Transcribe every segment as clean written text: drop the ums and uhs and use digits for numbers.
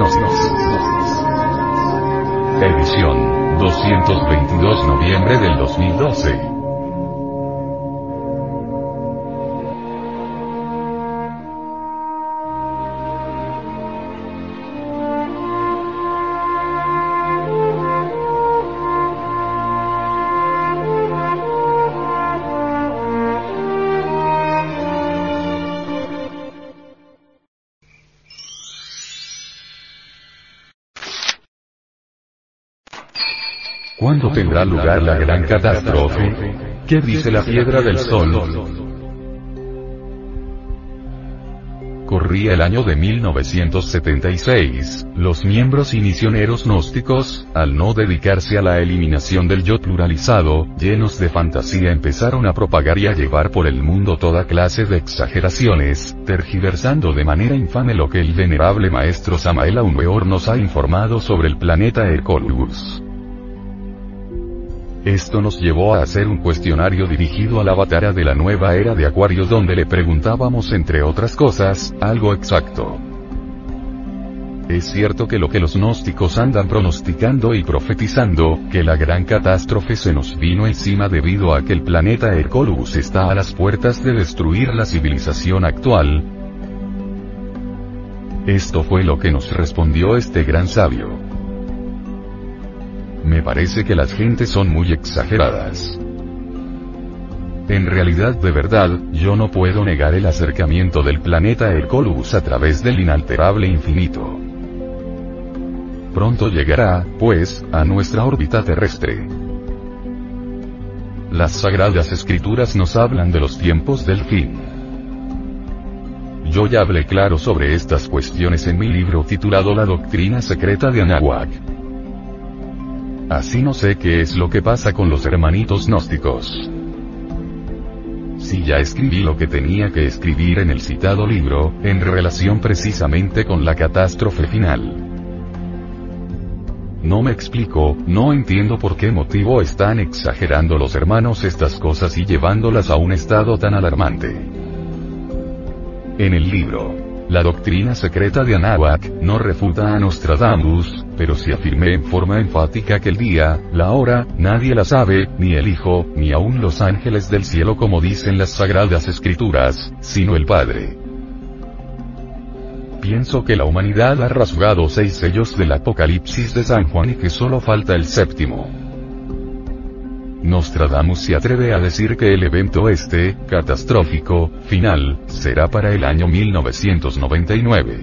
Edición 222 noviembre del 2012. ¿Cuándo tendrá lugar la gran catástrofe? ¿Qué dice la piedra del sol? Corría el año de 1976, los miembros y misioneros gnósticos, al no dedicarse a la eliminación del yo pluralizado, llenos de fantasía empezaron a propagar y a llevar por el mundo toda clase de exageraciones, tergiversando de manera infame lo que el venerable maestro Samael Aun Weor nos ha informado sobre el planeta Hercolubus. Esto nos llevó a hacer un cuestionario dirigido al avatar de la nueva era de Acuario donde le preguntábamos entre otras cosas, algo exacto. Es cierto que lo que los gnósticos andan pronosticando y profetizando, que la gran catástrofe se nos vino encima debido a que el planeta Hercolubus está a las puertas de destruir la civilización actual. Esto fue lo que nos respondió este gran sabio. Me parece que las gentes son muy exageradas. En realidad de verdad, yo no puedo negar el acercamiento del planeta Hercolubus a través del inalterable infinito. Pronto llegará, pues, a nuestra órbita terrestre. Las Sagradas Escrituras nos hablan de los tiempos del fin. Yo ya hablé claro sobre estas cuestiones en mi libro titulado La Doctrina Secreta de Anáhuac. Así no sé qué es lo que pasa con los hermanitos gnósticos. Si ya escribí lo que tenía que escribir en el citado libro, en relación precisamente con la catástrofe final. No me explico, no entiendo por qué motivo están exagerando los hermanos estas cosas y llevándolas a un estado tan alarmante. En el libro La Doctrina Secreta de Anáhuac, no refuta a Nostradamus, pero sí afirmé en forma enfática que el día, la hora, nadie la sabe, ni el Hijo, ni aun los ángeles del cielo como dicen las Sagradas Escrituras, sino el Padre. Pienso que la humanidad ha rasgado 6 sellos del Apocalipsis de San Juan y que solo falta el 7º. Nostradamus se atreve a decir que el evento catastrófico, final, será para el año 1999.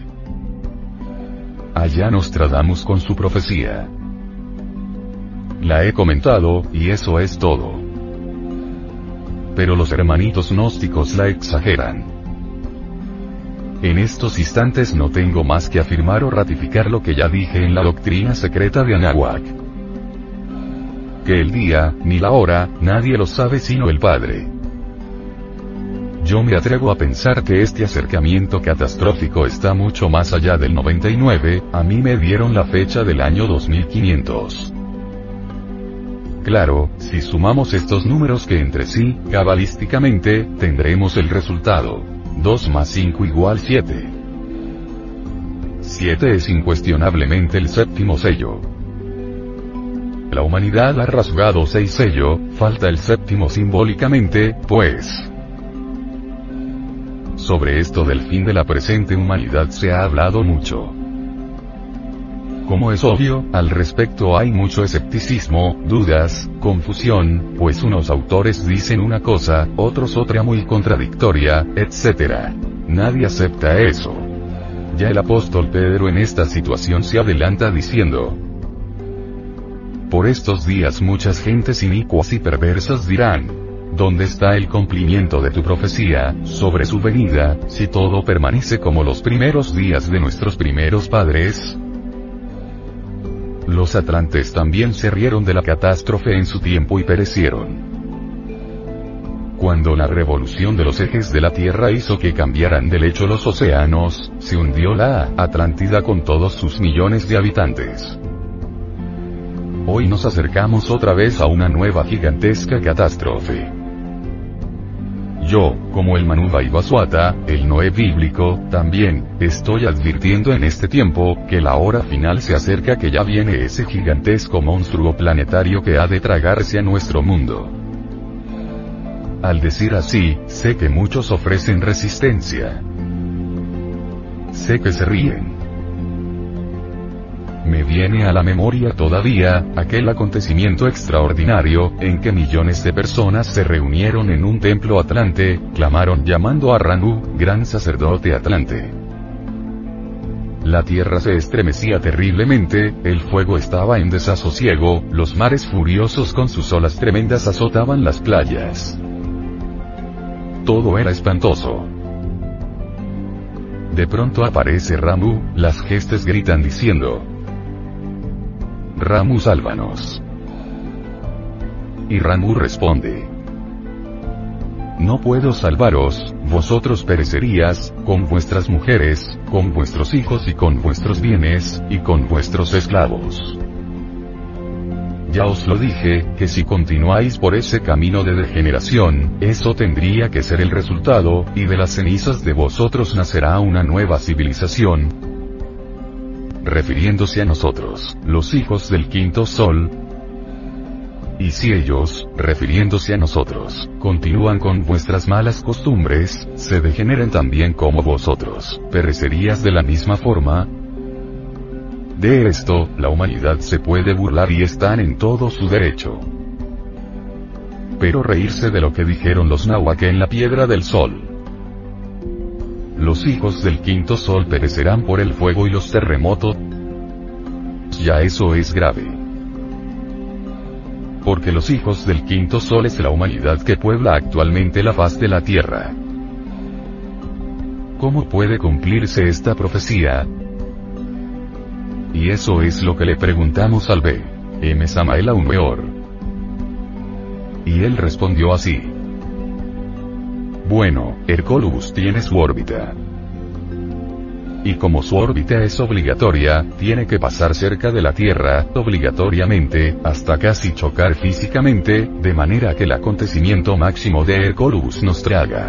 Allá Nostradamus con su profecía. La he comentado, y eso es todo. Pero los hermanitos gnósticos la exageran. En estos instantes no tengo más que afirmar o ratificar lo que ya dije en la Doctrina Secreta de Anáhuac. Que el día, ni la hora, nadie lo sabe sino el Padre. Yo me atrevo a pensar que este acercamiento catastrófico está mucho más allá del 99, a mí me dieron la fecha del año 2500. Claro, si sumamos estos números que entre sí, cabalísticamente, tendremos el resultado. 2 más 5 igual 7. 7 es incuestionablemente el 7º sello. La humanidad ha rasgado 6 sellos, falta el 7º simbólicamente, pues. Sobre esto del fin de la presente humanidad se ha hablado mucho. Como es obvio, al respecto hay mucho escepticismo, dudas, confusión, pues unos autores dicen una cosa, otros otra muy contradictoria, etc. Nadie acepta eso. Ya el apóstol Pedro en esta situación se adelanta diciendo: por estos días muchas gentes inicuas y perversas dirán: ¿dónde está el cumplimiento de tu profecía, sobre su venida, si todo permanece como los primeros días de nuestros primeros padres? Los atlantes también se rieron de la catástrofe en su tiempo y perecieron. Cuando la revolución de los ejes de la Tierra hizo que cambiaran de lecho los océanos, se hundió la Atlántida con todos sus millones de habitantes. Hoy nos acercamos otra vez a una nueva gigantesca catástrofe. Yo, como el Manu Vaivaswata, el Noé bíblico, también, estoy advirtiendo en este tiempo, que la hora final se acerca, que ya viene ese gigantesco monstruo planetario que ha de tragarse a nuestro mundo. Al decir así, sé que muchos ofrecen resistencia. Sé que se ríen. Me viene a la memoria todavía, aquel acontecimiento extraordinario, en que millones de personas se reunieron en un templo atlante, clamaron llamando a Ranu, gran sacerdote atlante. La tierra se estremecía terriblemente, el fuego estaba en desasosiego, los mares furiosos con sus olas tremendas azotaban las playas. Todo era espantoso. De pronto aparece Ramu, las gestas gritan diciendo: Ramu, sálvanos. Y Ramu responde: no puedo salvaros, vosotros perecerías, con vuestras mujeres, con vuestros hijos y con vuestros bienes, y con vuestros esclavos. Ya os lo dije, que si continuáis por ese camino de degeneración, eso tendría que ser el resultado, y de las cenizas de vosotros nacerá una nueva civilización. Refiriéndose a nosotros, los hijos del quinto sol. Y si ellos, refiriéndose a nosotros, continúan con vuestras malas costumbres, se degeneren también como vosotros, ¿perecerías de la misma forma? De esto, la humanidad se puede burlar y están en todo su derecho. Pero reírse de lo que dijeron los náhuatl en la Piedra del Sol. Los hijos del quinto sol perecerán por el fuego y los terremotos. Ya eso es grave. Porque los hijos del quinto sol es la humanidad que puebla actualmente la faz de la tierra. ¿Cómo puede cumplirse esta profecía? Y eso es lo que le preguntamos al B.M. Samael Aun Weor. Y él respondió así: bueno, Hercólubus tiene su órbita. Y como su órbita es obligatoria, tiene que pasar cerca de la Tierra, obligatoriamente, hasta casi chocar físicamente, de manera que el acontecimiento máximo de Hercólubus nos traga.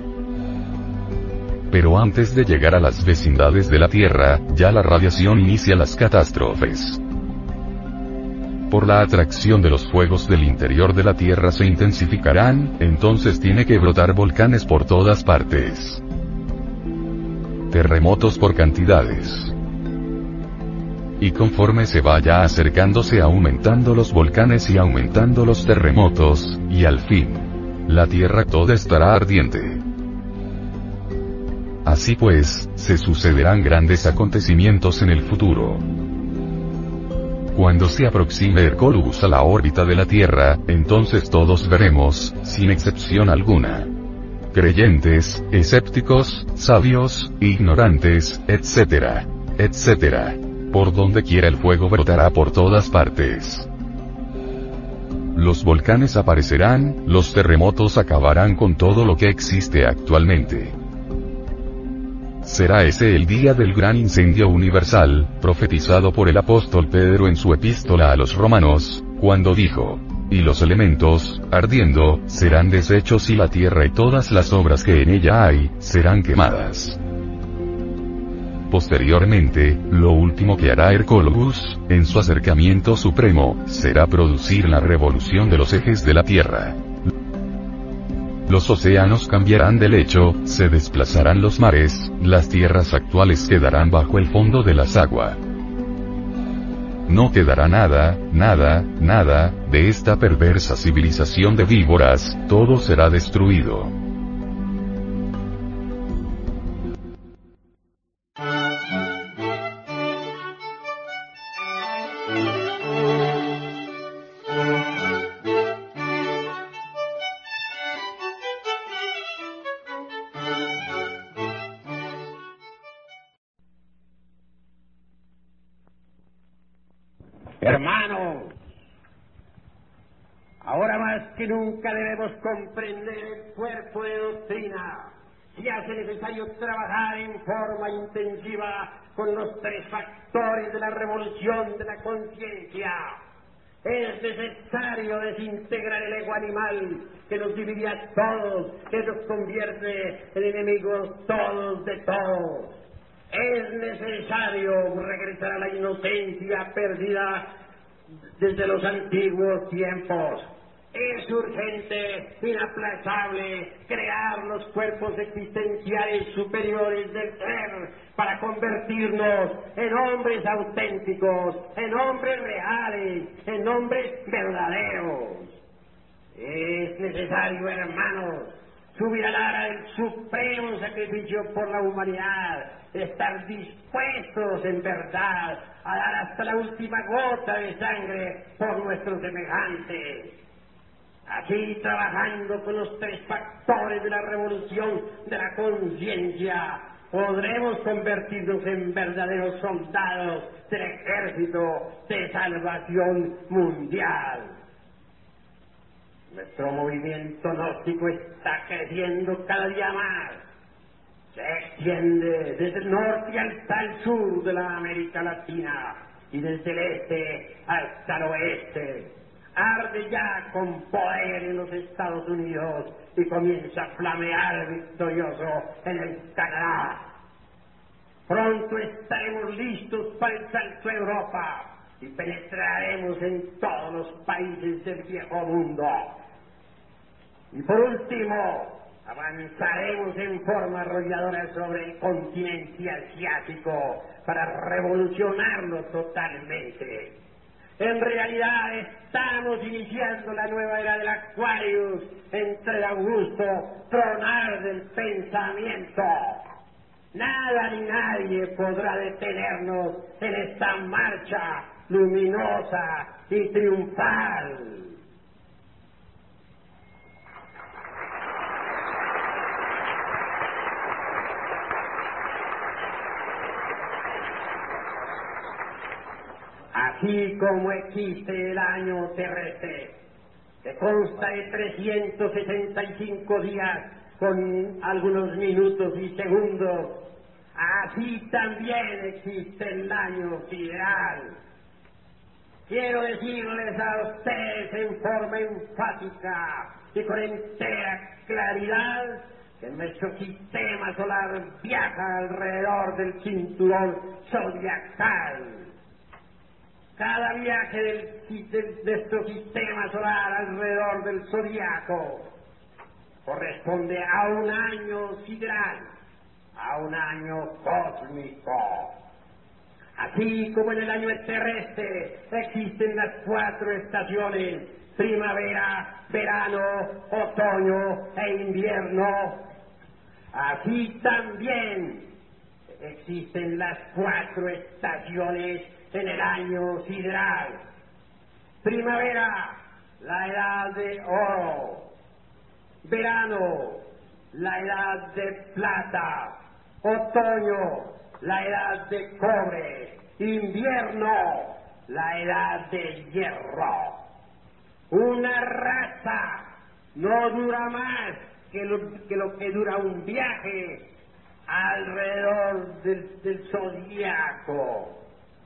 Pero antes de llegar a las vecindades de la Tierra, ya la radiación inicia las catástrofes. Por la atracción de los fuegos del interior de la Tierra se intensificarán, entonces tiene que brotar volcanes por todas partes. Terremotos por cantidades. Y conforme se vaya acercándose aumentando los volcanes y aumentando los terremotos, y al fin, la Tierra toda estará ardiente. Así pues, se sucederán grandes acontecimientos en el futuro. Cuando se aproxime Hercólubus a la órbita de la Tierra, entonces todos veremos, sin excepción alguna. Creyentes, escépticos, sabios, ignorantes, etcétera, etcétera. Por donde quiera el fuego brotará por todas partes. Los volcanes aparecerán, los terremotos acabarán con todo lo que existe actualmente. Será ese el día del gran incendio universal, profetizado por el apóstol Pedro en su epístola a los romanos, cuando dijo: y los elementos, ardiendo, serán deshechos y la tierra y todas las obras que en ella hay, serán quemadas. Posteriormente, lo último que hará Hercólubus, en su acercamiento supremo, será producir la revolución de los ejes de la Tierra. Los océanos cambiarán de lecho, se desplazarán los mares, las tierras actuales quedarán bajo el fondo de las aguas. No quedará nada, nada, nada, de esta perversa civilización de víboras, todo será destruido. Hermanos, ahora más que nunca debemos comprender el cuerpo de doctrina. Si hace necesario trabajar en forma intensiva con los tres factores de la revolución de la conciencia: Es necesario desintegrar el ego animal que nos divide a todos, que nos convierte en enemigos todos de todos. Es necesario regresar a la inocencia perdida desde los antiguos tiempos. Es urgente, inaplazable, crear los cuerpos existenciales superiores del ser para convertirnos en hombres auténticos, en hombres reales, en hombres verdaderos. Es necesario, hermanos, subir al ara del supremo sacrificio por la humanidad, estar dispuestos en verdad a dar hasta la última gota de sangre por nuestros semejantes. Aquí trabajando con los tres factores de la revolución de la conciencia, podremos convertirnos en verdaderos soldados del ejército de salvación mundial. Nuestro movimiento gnóstico está creciendo cada día más. Se extiende desde el norte hasta el sur de la América Latina y desde el este hasta el oeste. Arde ya con poder en los Estados Unidos y comienza a flamear victorioso en el Canadá. Pronto estaremos listos para el salto a Europa y penetraremos en todos los países del viejo mundo. Y por último, avanzaremos en forma arrolladora sobre el continente asiático para revolucionarlo totalmente. En realidad estamos iniciando la nueva era del Aquarius entre el augusto tronar del pensamiento. Nada ni nadie podrá detenernos en esta marcha luminosa y triunfal. Así como existe el año terrestre, que consta de 365 días con algunos minutos y segundos, así también existe el año sideral. Quiero decirles a ustedes en forma enfática y con entera claridad que nuestro sistema solar viaja alrededor del cinturón zodiacal. Cada viaje de nuestro sistema solar alrededor del zodiaco corresponde a un año sideral, a un año cósmico. Así como en el año terrestre existen las 4 estaciones, primavera, verano, otoño e invierno, así también existen las 4 estaciones en el año sideral. Primavera, la edad de oro. Verano, la edad de plata. Otoño, la edad de cobre. Invierno, la edad de hierro. Una raza no dura más que lo que dura un viaje alrededor del zodiaco.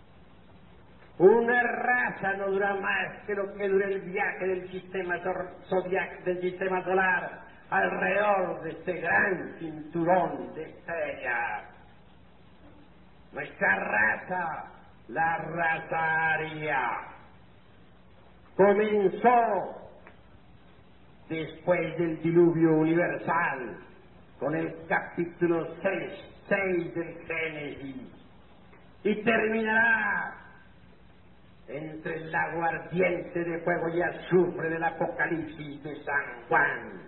Una raza no dura más que lo que dura el viaje del sistema del sistema solar alrededor de este gran cinturón de estrellas. Nuestra raza, la raza aria, comenzó después del diluvio universal con el capítulo 6 del Génesis y terminará entre el lago ardiente de fuego y azufre del Apocalipsis de San Juan.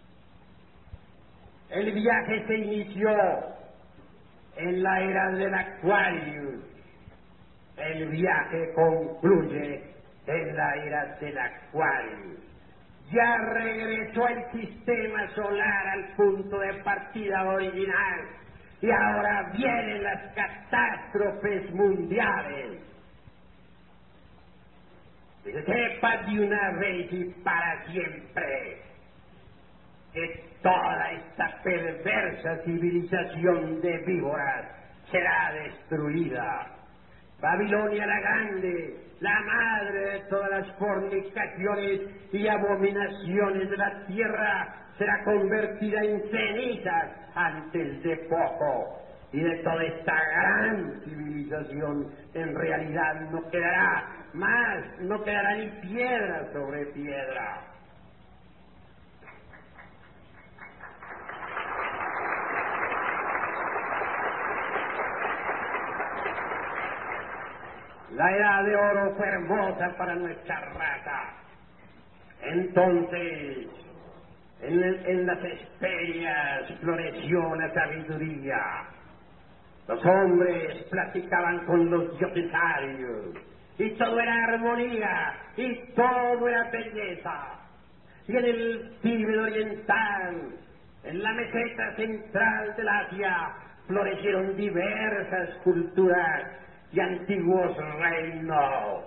El viaje se inició en la era del Aquarius. El viaje concluye en la era del Aquarius. Ya regresó el sistema solar al punto de partida original y ahora vienen las catástrofes mundiales. Sepa de una vez y para siempre que toda esta perversa civilización de víboras será destruida. Babilonia la Grande, la madre de todas las fornicaciones y abominaciones de la tierra, será convertida en cenizas antes de poco. Y de toda esta gran civilización en realidad no quedará más, no quedará ni piedra sobre piedra. La edad de oro fue hermosa para nuestra raza. Entonces, en las Hesperias floreció la sabiduría. Los hombres platicaban con los diosesarios, y todo era armonía, y todo era belleza. Y en el Tíbet oriental, en la meseta central del Asia, florecieron diversas culturas y antiguos reinos.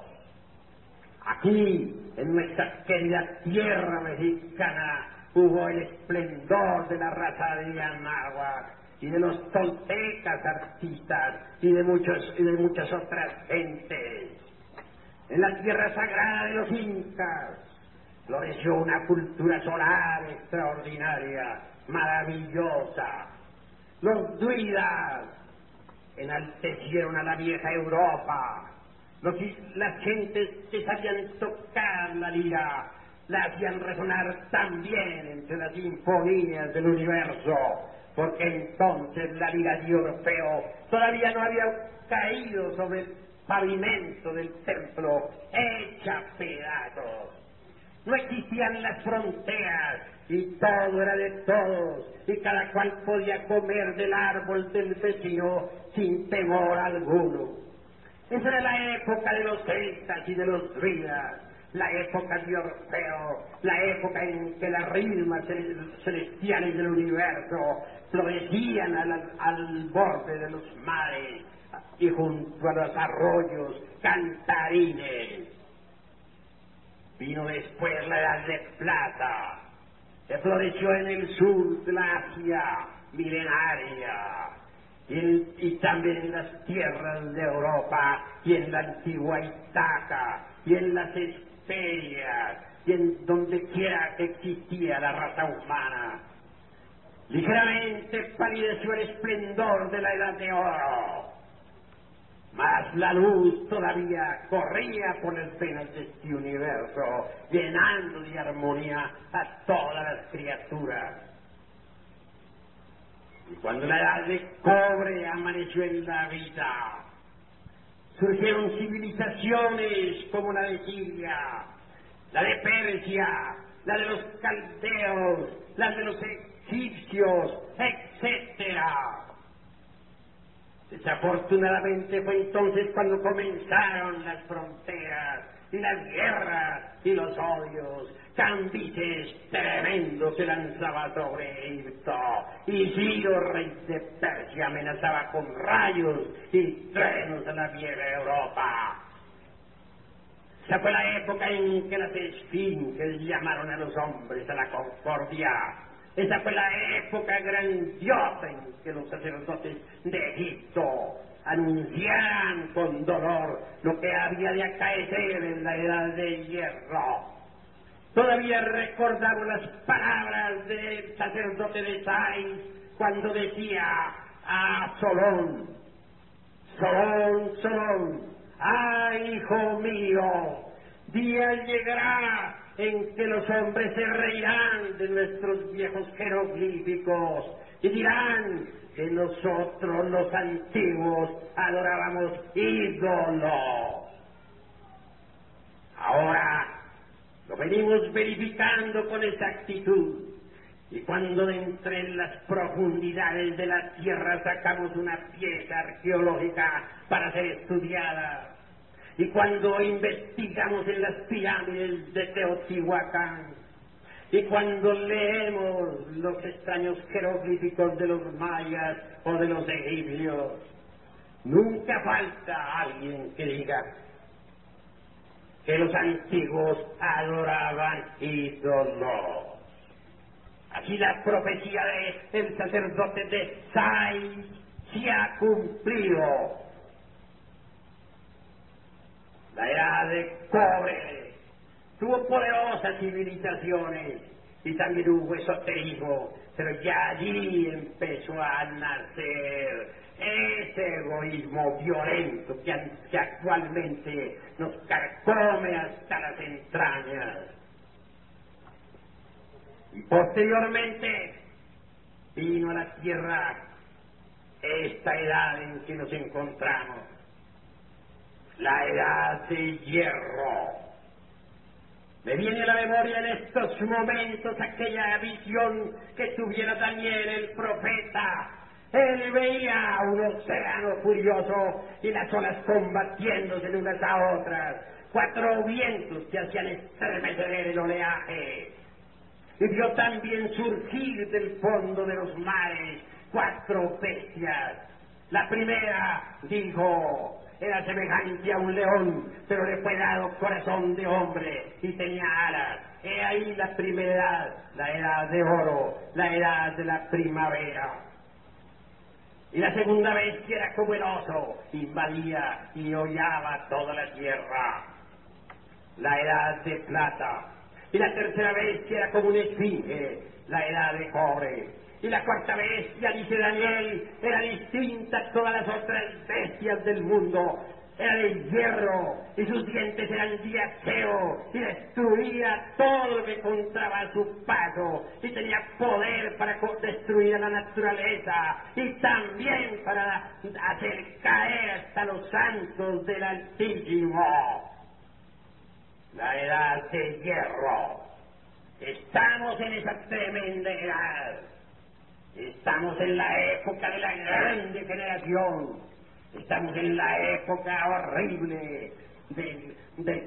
Aquí, en nuestra querida tierra mexicana, hubo el esplendor de la raza de Anáhuac y de los toltecas artistas y de muchas otras gentes. En la tierra sagrada de los incas floreció una cultura solar extraordinaria, maravillosa. Los druidas enaltecieron a la vieja Europa. Las gentes que sabían tocar la lira la hacían resonar también entre las sinfonías del universo, porque entonces la lira de Orfeo todavía no había caído sobre el pavimento del templo hecha pedazos. No existían las fronteras y todo era de todos, y cada cual podía comer del árbol del vecino sin temor alguno. Esa era la época de los celtas y de los druidas, la época de Orfeo, la época en que las rimas celestiales del universo florecían al borde de los mares y junto a los arroyos cantarines. Vino después la edad de plata, que floreció en el sur de la Asia milenaria, y también en las tierras de Europa, y en la antigua Itaca, y en las Hesperias, y en donde quiera que existía la raza humana. Ligeramente palideció el esplendor de la edad de oro, mas la luz todavía corría por las venas de este universo, llenando de armonía a todas las criaturas. Y cuando la edad de cobre amaneció en la vida, surgieron civilizaciones como la de Siria, la de Persia, la de los caldeos, la de los egipcios, etcétera. Desafortunadamente fue entonces cuando comenzaron las fronteras y las guerras y los odios. Cambises tremendo se lanzaba sobre Egipto, y Ciro, rey de Persia, amenazaba con rayos y truenos a la vieja Europa. Esa fue la época en que las esfinges llamaron a los hombres a la concordia. Esa fue la época grandiosa en que los sacerdotes de Egipto anunciaran con dolor lo que había de acaecer en la edad de hierro. Todavía recordamos las palabras del sacerdote de Sais cuando decía a Solón: Solón, Solón, ¡ay, hijo mío! Día llegará en que los hombres se reirán de nuestros viejos jeroglíficos y dirán que nosotros los antiguos adorábamos ídolos. Ahora lo venimos verificando con exactitud, y cuando de entre las profundidades de la tierra sacamos una pieza arqueológica para ser estudiada, y cuando investigamos en las pirámides de Teotihuacán, y cuando leemos los extraños jeroglíficos de los mayas o de los egipcios, nunca falta alguien que diga que los antiguos adoraban ídolos. Así la profecía del sacerdote de Sais se ha cumplido. La edad de cobre tuvo poderosas civilizaciones y también hubo esoterismo, pero ya allí empezó a nacer ese egoísmo violento que actualmente nos carcome hasta las entrañas. Y posteriormente vino a la Tierra esta edad en que nos encontramos, la edad de hierro. Me viene a la memoria en estos momentos aquella visión que tuviera Daniel el profeta. Él veía un océano furioso y las olas combatiéndose de unas a otras, 4 vientos que hacían estremecer el oleaje. Y vio también surgir del fondo de los mares 4 bestias. La primera, dijo, era semejante a un león, pero le fue dado corazón de hombre y tenía alas. He ahí la primera edad, la edad de oro, la edad de la primavera. Y la segunda bestia era como el oso, invadía y hollaba toda la tierra, la edad de plata. Y la tercera bestia era como una esfinge, la edad de cobre. Y la cuarta bestia, dice Daniel, era distinta a todas las otras bestias del mundo. Era de hierro, y sus dientes eran de acero, y destruía todo lo que encontraba a su paso, y tenía poder para destruir a la naturaleza, y también para hacer caer hasta los santos del Altísimo. La edad de hierro. Estamos en esa tremenda edad. Estamos en la época de la gran degeneración. Estamos en la época horrible del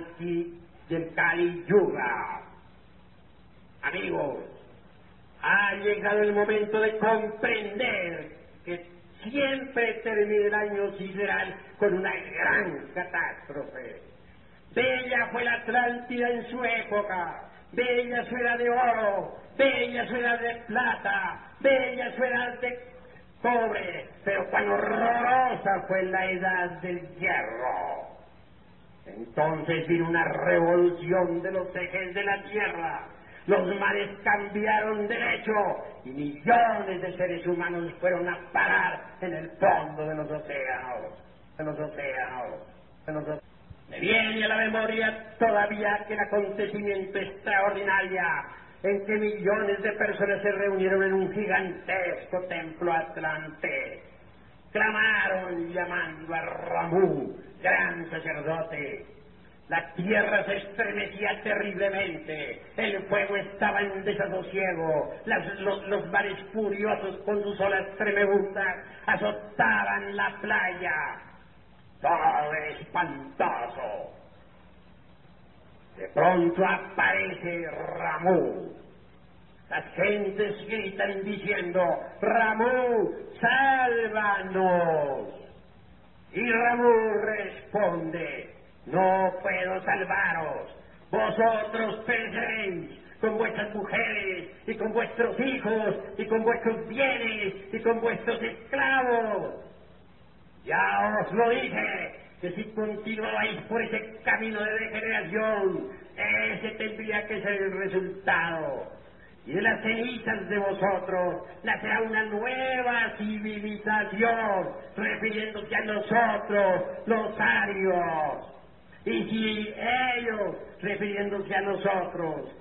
Kali Yuga. Amigos, ha llegado el momento de comprender que siempre termina el año sideral con una gran catástrofe. Bella fue la Atlántida en su época, bella su era de oro, bella su era de plata, bella su era de cobre, pero cuán horrorosa fue la edad del hierro. Entonces vino una revolución de los ejes de la tierra, los mares cambiaron derecho y millones de seres humanos fueron a parar en el fondo de los océanos, Me viene a la memoria todavía aquel acontecimiento extraordinario en que millones de personas se reunieron en un gigantesco templo atlante. Clamaron llamando a Ramú, gran sacerdote. La tierra se estremecía terriblemente, el fuego estaba en desasosiego, los mares furiosos con sus olas tremebundas azotaban la playa. Todo espantoso. De pronto aparece Ramú. Las gentes gritan diciendo: Ramú, sálvanos. Y Ramú responde: no puedo salvaros. Vosotros pereceréis con vuestras mujeres y con vuestros hijos y con vuestros bienes y con vuestros esclavos. Ya os lo dije, que si continuabais por ese camino de degeneración, ese tendría que ser el resultado. Y de las cenizas de vosotros nacerá una nueva civilización, refiriéndose a nosotros, los arios. Y si ellos, refiriéndose a nosotros,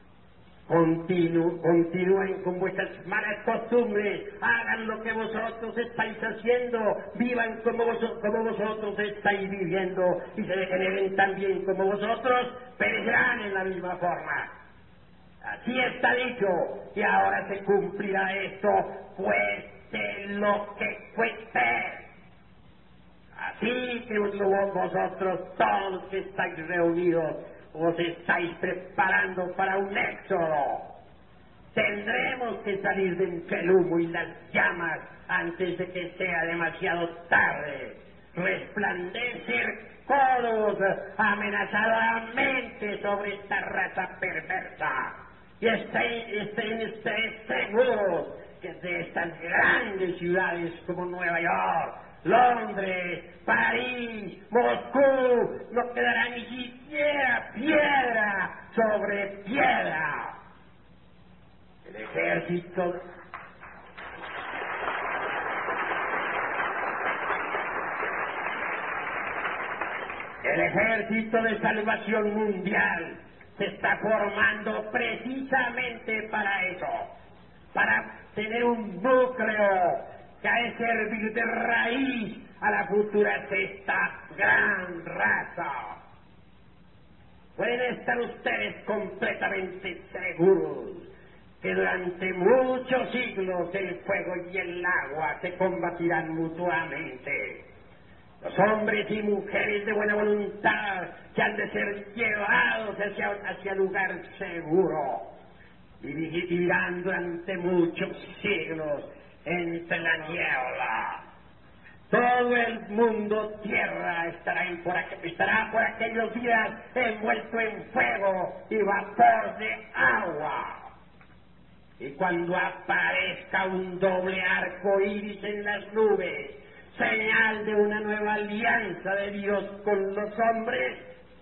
continúen con vuestras malas costumbres, hagan lo que vosotros estáis haciendo, vivan como vosotros estáis viviendo y se degeneren también como vosotros, perecerán en la misma forma. Así está dicho, y ahora se cumplirá esto, cueste lo que cueste. Así que vosotros todos que estáis reunidos, os estáis preparando para un éxodo. Tendremos que salir de entre el humo y las llamas antes de que sea demasiado tarde. Resplandecer codos amenazadamente sobre esta raza perversa. Y estén seguros que de estas grandes ciudades como Nueva York, Londres, París, Moscú, no quedará ni siquiera piedra sobre piedra. El ejército de salvación mundial se está formando precisamente para eso, para tener un núcleo que ha de servir de raíz a la futura sexta gran raza. Pueden estar ustedes completamente seguros que durante muchos siglos el fuego y el agua se combatirán mutuamente. Los hombres y mujeres de buena voluntad que han de ser llevados hacia lugar seguro y vivirán durante muchos siglos entre la niebla. Todo el mundo tierra estará por aquellos días envuelto en fuego y vapor de agua. Y cuando aparezca un doble arco iris en las nubes, señal de una nueva alianza de Dios con los hombres,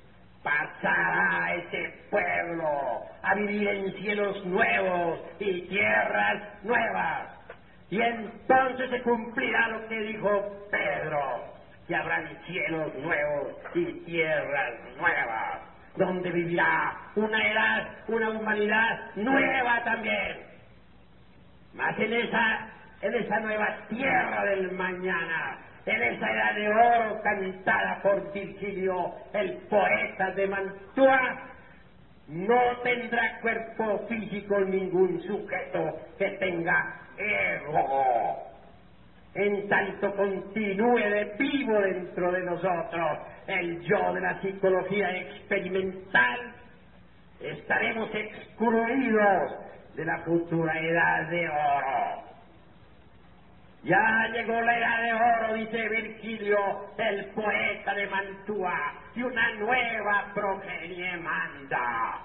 pasará ese pueblo a vivir en cielos nuevos y tierras nuevas. Y entonces se cumplirá lo que dijo Pedro, que habrán cielos nuevos y tierras nuevas, donde vivirá una humanidad nueva también. Mas en esa nueva tierra del mañana, en esa edad de oro cantada por Virgilio, el poeta de Mantua, no tendrá cuerpo físico ningún sujeto que tenga ego. En tanto continúe de vivo dentro de nosotros el yo de la psicología experimental, estaremos excluidos de la futura edad de oro. Ya llegó la edad de oro, dice Virgilio, el poeta de Mantua, y una nueva progenie manda.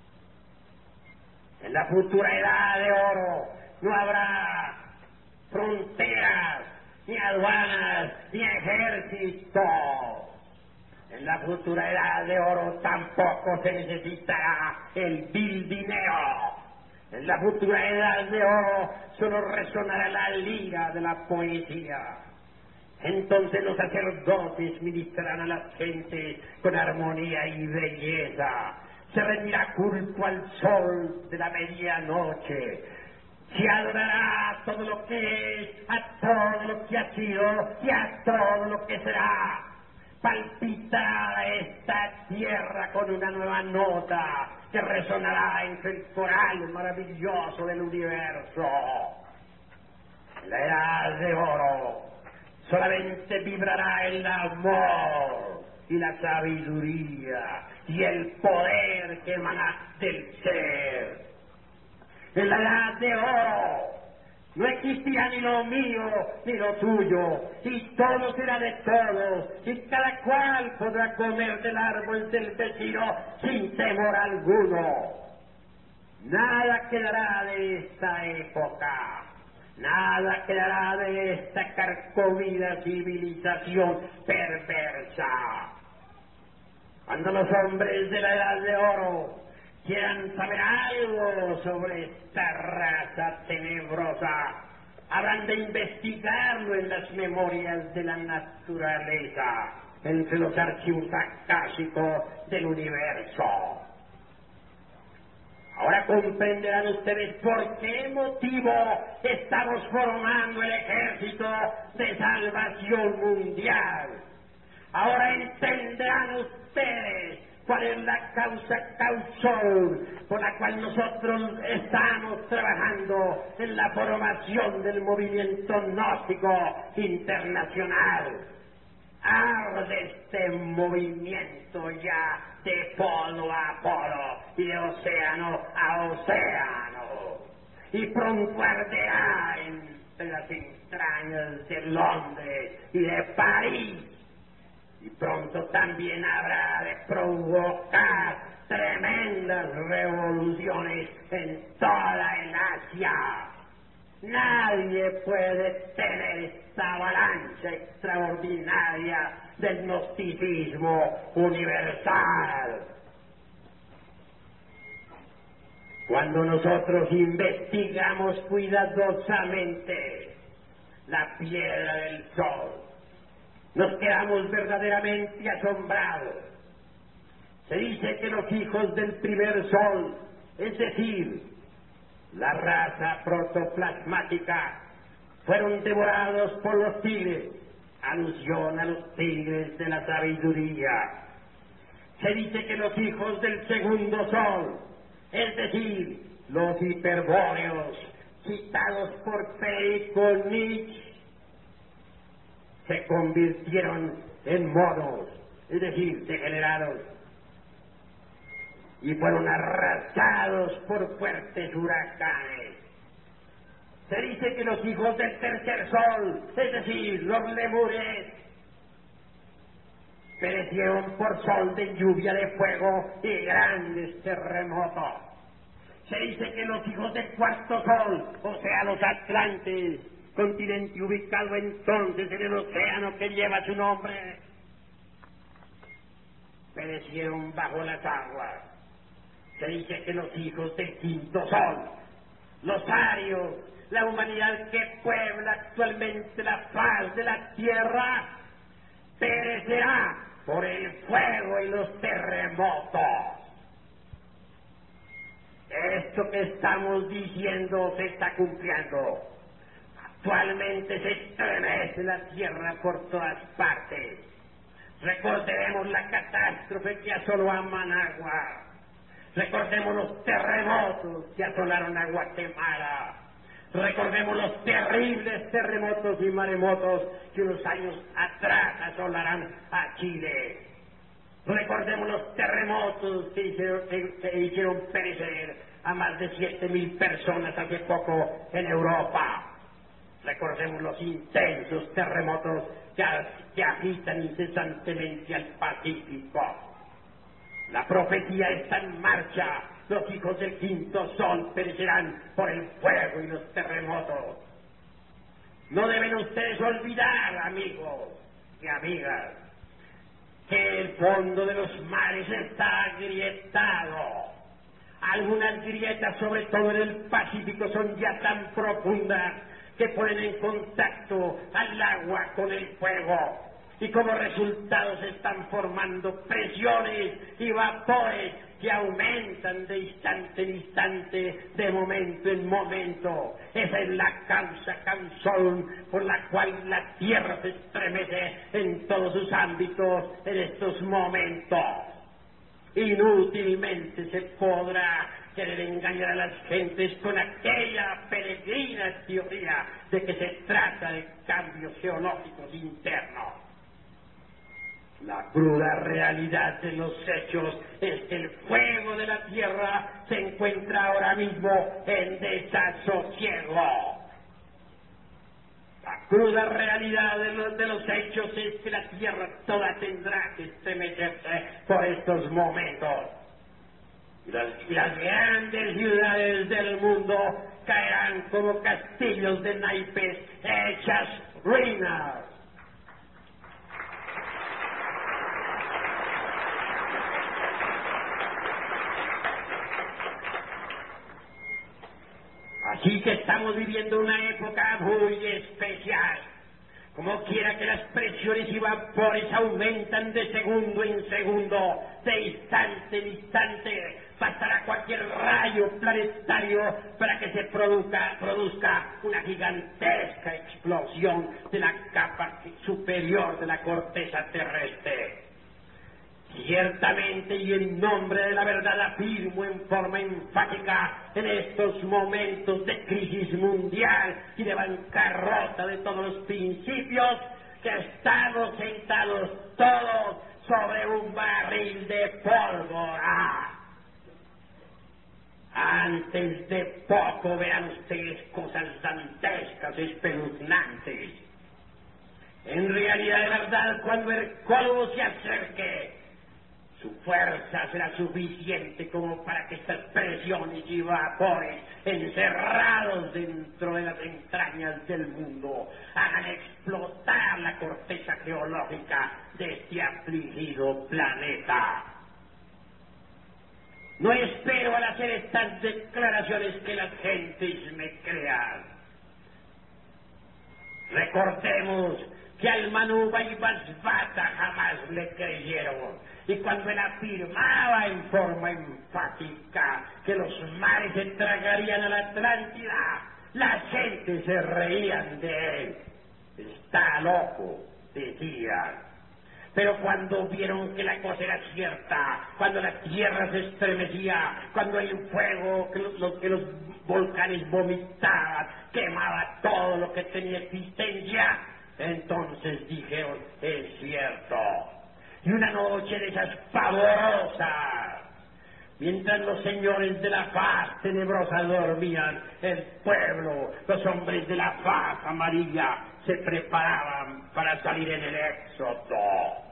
En la futura edad de oro no habrá fronteras, ni aduanas, ni ejércitos. En la futura edad de oro tampoco se necesitará el vil dinero. En la futura edad de oro solo resonará la lira de la poesía. Entonces los sacerdotes ministrarán a las gentes con armonía y belleza. Se rendirá culto al sol de la medianoche. Se adorará todo lo que es, a todo lo que ha sido y a todo lo que será. Palpitará esta tierra con una nueva nota que resonará entre el coral maravilloso del universo. En la edad de oro solamente vibrará el amor y la sabiduría y el poder que emana del ser. En la edad de oro no existirá ni lo mío ni lo tuyo, y todo será de todos, y cada cual podrá comer del árbol del vecino sin temor alguno. Nada quedará de esta época, nada quedará de esta carcomida civilización perversa. Cuando los hombres de la edad de oro quieran saber algo sobre esta raza tenebrosa, habrán de investigarlo en las memorias de la naturaleza, entre los archivos acásicos del universo. Ahora comprenderán ustedes por qué motivo estamos formando el ejército de salvación mundial. Ahora entenderán ustedes cuál es la causa causal por la cual nosotros estamos trabajando en la formación del movimiento gnóstico internacional. Arde este movimiento ya de polo a polo y de océano a océano, y pronto arderá entre las entrañas de Londres y de París, y pronto también habrá de provocar tremendas revoluciones en toda el Asia. Nadie puede tener esta avalancha extraordinaria del gnosticismo universal. Cuando nosotros investigamos cuidadosamente la piedra del sol, nos quedamos verdaderamente asombrados. Se dice que los hijos del primer sol, es decir, la raza protoplasmática, fueron devorados por los tigres, alusión a los tigres de la sabiduría. Se dice que los hijos del segundo sol, es decir, los hiperbóreos, citados por Federico Nietzsche, se convirtieron en monos, es decir, degenerados, y fueron arrasados por fuertes huracanes. Se dice que los hijos del tercer sol, es decir, los lemures, perecieron por sol de lluvia de fuego y grandes terremotos. Se dice que los hijos del cuarto sol, o sea, los Atlantes, continente ubicado entonces en el océano que lleva su nombre, perecieron bajo las aguas. Se dice que los hijos del quinto sol, los arios, la humanidad que puebla actualmente la faz de la tierra, perecerá por el fuego y los terremotos. Esto que estamos diciendo se está cumpliendo. Actualmente se estremece la tierra por todas partes. Recordemos la catástrofe que asoló a Managua. Recordemos los terremotos que asolaron a Guatemala. Recordemos los terribles terremotos y maremotos que unos años atrás asolarán a Chile. Recordemos los terremotos que hicieron perecer a más de 7.000 personas hace poco en Europa. Recordemos los intensos terremotos que agitan incesantemente al Pacífico. La profecía está en marcha. Los hijos del quinto sol perecerán por el fuego y los terremotos. No deben ustedes olvidar, amigos y amigas, que el fondo de los mares está agrietado. Algunas grietas, sobre todo en el Pacífico, son ya tan profundas que ponen en contacto al agua con el fuego. Y como resultado se están formando presiones y vapores que aumentan de instante en instante, de momento en momento. Esa es la causa causón por la cual la Tierra se estremece en todos sus ámbitos en estos momentos. Inútilmente se podrá querer engañar a las gentes con aquella peregrina teoría de que se trata de cambios geológicos internos. La cruda realidad de los hechos es que el fuego de la tierra se encuentra ahora mismo en desasosiego. La cruda realidad de los hechos es que la tierra toda tendrá que estremecerse por estos momentos. Las grandes ciudades del mundo caerán como castillos de naipes hechas ruinas. Así que estamos viviendo una época muy especial. Como quiera que las presiones y vapores aumentan de segundo en segundo, de instante en instante, bastará cualquier rayo planetario para que se produzca una gigantesca explosión de la capa superior de la corteza terrestre. Ciertamente y en nombre de la verdad afirmo en forma enfática en estos momentos de crisis mundial y de bancarrota de todos los principios que estamos sentados todos sobre un barril de pólvora. Antes de poco vean ustedes cosas dantescas, espeluznantes. En realidad, de verdad, cuando el colmo se acerque, Su fuerza será suficiente como para que estas presiones y vapores encerrados dentro de las entrañas del mundo hagan explotar la corteza geológica de este afligido planeta. No espero al hacer estas declaraciones que las gentes me crean. Recordemos que al Manu Vaivasvata jamás le creyeron, y cuando él afirmaba en forma enfática que los mares se tragarían a la Atlántida, la gente se reían de él. Está loco, decían. Pero cuando vieron que la cosa era cierta, cuando la tierra se estremecía, cuando el fuego que los volcanes vomitaban quemaba todo lo que tenía existencia, entonces dijeron, es cierto. Y una noche de esas pavorosas, mientras los señores de la faz tenebrosa dormían, el pueblo, los hombres de la faz amarilla, se preparaban para salir en el éxodo.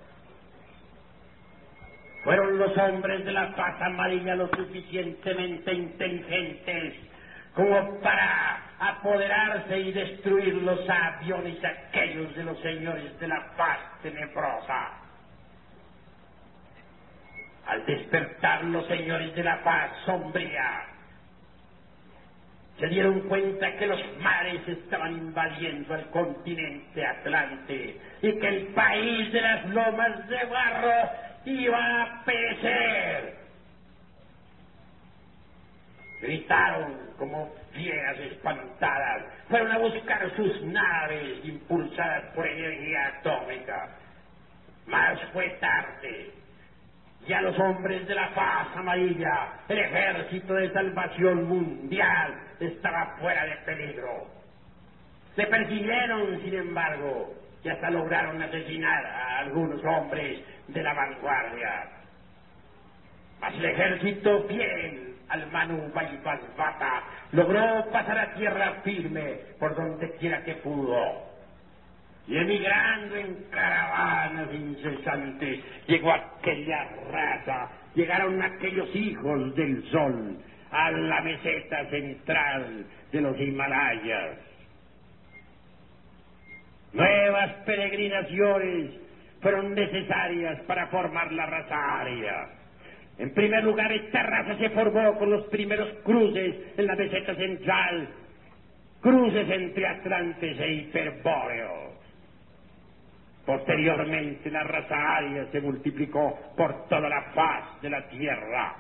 Fueron los hombres de la faz amarilla lo suficientemente inteligentes como para apoderarse y destruir los aviones aquellos de los señores de la faz tenebrosa. Al despertar los señores de la paz sombría, se dieron cuenta que los mares estaban invadiendo el continente Atlante y que el país de las lomas de barro iba a perecer. Gritaron como fieras espantadas, fueron a buscar sus naves impulsadas por energía atómica. Mas fue tarde. Ya los hombres de la faz amarilla, el ejército de salvación mundial, estaba fuera de peligro. Le persiguieron, sin embargo, y hasta lograron asesinar a algunos hombres de la vanguardia. Mas el ejército fiel al Manu Vaivasvata logró pasar a tierra firme por donde quiera que pudo. Y emigrando en caravanas incesantes, llegó aquella raza, llegaron aquellos hijos del sol a la meseta central de los Himalayas. Nuevas peregrinaciones fueron necesarias para formar la raza aria. En primer lugar, esta raza se formó con los primeros cruces en la meseta central, cruces entre atlantes e hiperbóreos. Posteriormente, la raza aria se multiplicó por toda la faz de la tierra.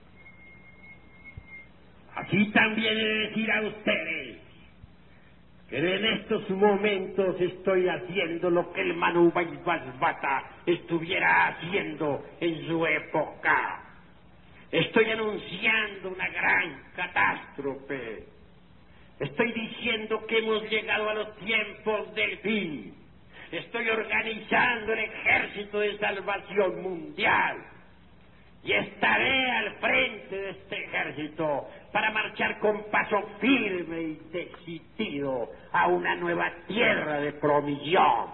Así también he de decir a ustedes que en estos momentos estoy haciendo lo que el Manu Vaivasvata estuviera haciendo en su época. Estoy anunciando una gran catástrofe. Estoy diciendo que hemos llegado a los tiempos del fin. Estoy organizando el ejército de salvación mundial y estaré al frente de este ejército para marchar con paso firme y decidido a una nueva tierra de provisión.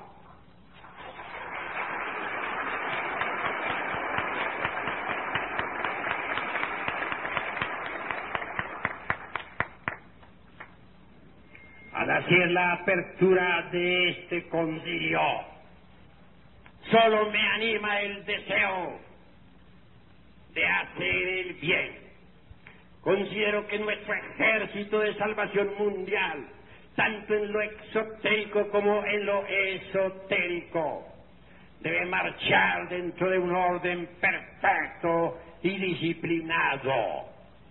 Al hacer la apertura de este concilio, solo me anima el deseo de hacer el bien. Considero que nuestro ejército de salvación mundial, tanto en lo exotérico como en lo esotérico, debe marchar dentro de un orden perfecto y disciplinado.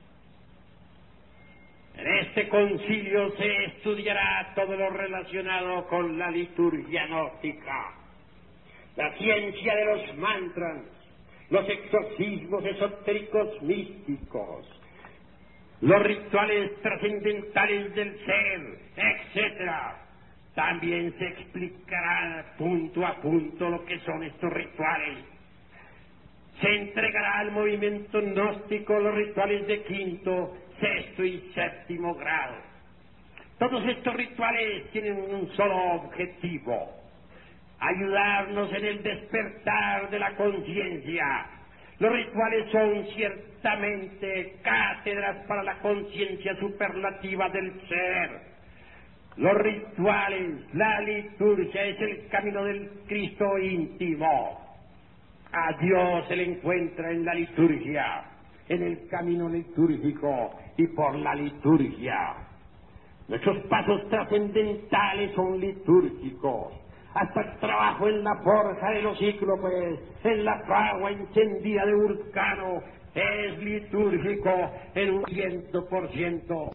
En este concilio se estudiará todo lo relacionado con la liturgia gnóstica, la ciencia de los mantras, los exorcismos esotéricos místicos, los rituales trascendentales del ser, etc. También se explicará punto a punto lo que son estos rituales. Se entregará al movimiento gnóstico los rituales de quinto, sexto y séptimo grado. Todos estos rituales tienen un solo objetivo: ayudarnos en el despertar de la conciencia. Los rituales son ciertamente cátedras para la conciencia superlativa del ser. Los rituales, la liturgia es el camino del Cristo íntimo. A Dios se le encuentra en la liturgia, en el camino litúrgico y por la liturgia. Nuestros pasos trascendentales son litúrgicos. Hasta el trabajo en la forja de los cíclopes, en la fragua encendida de Vulcano, es litúrgico en un 100%.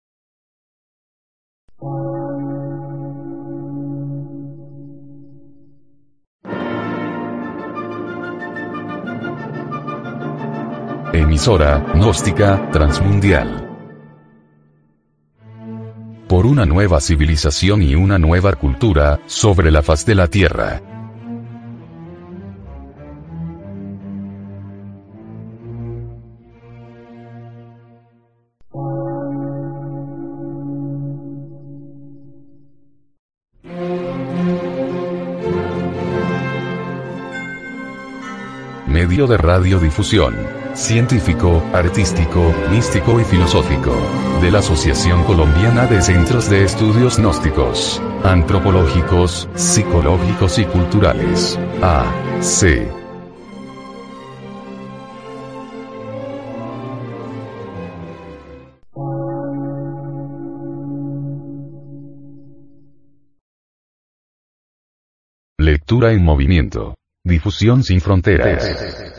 Emisora gnóstica transmundial. Por una nueva civilización y una nueva cultura sobre la faz de la Tierra. Medio de radiodifusión, científico, artístico, místico y filosófico, de la Asociación Colombiana de Centros de Estudios Gnósticos, Antropológicos, Psicológicos y Culturales, AC. Lectura en movimiento. Difusión sin fronteras.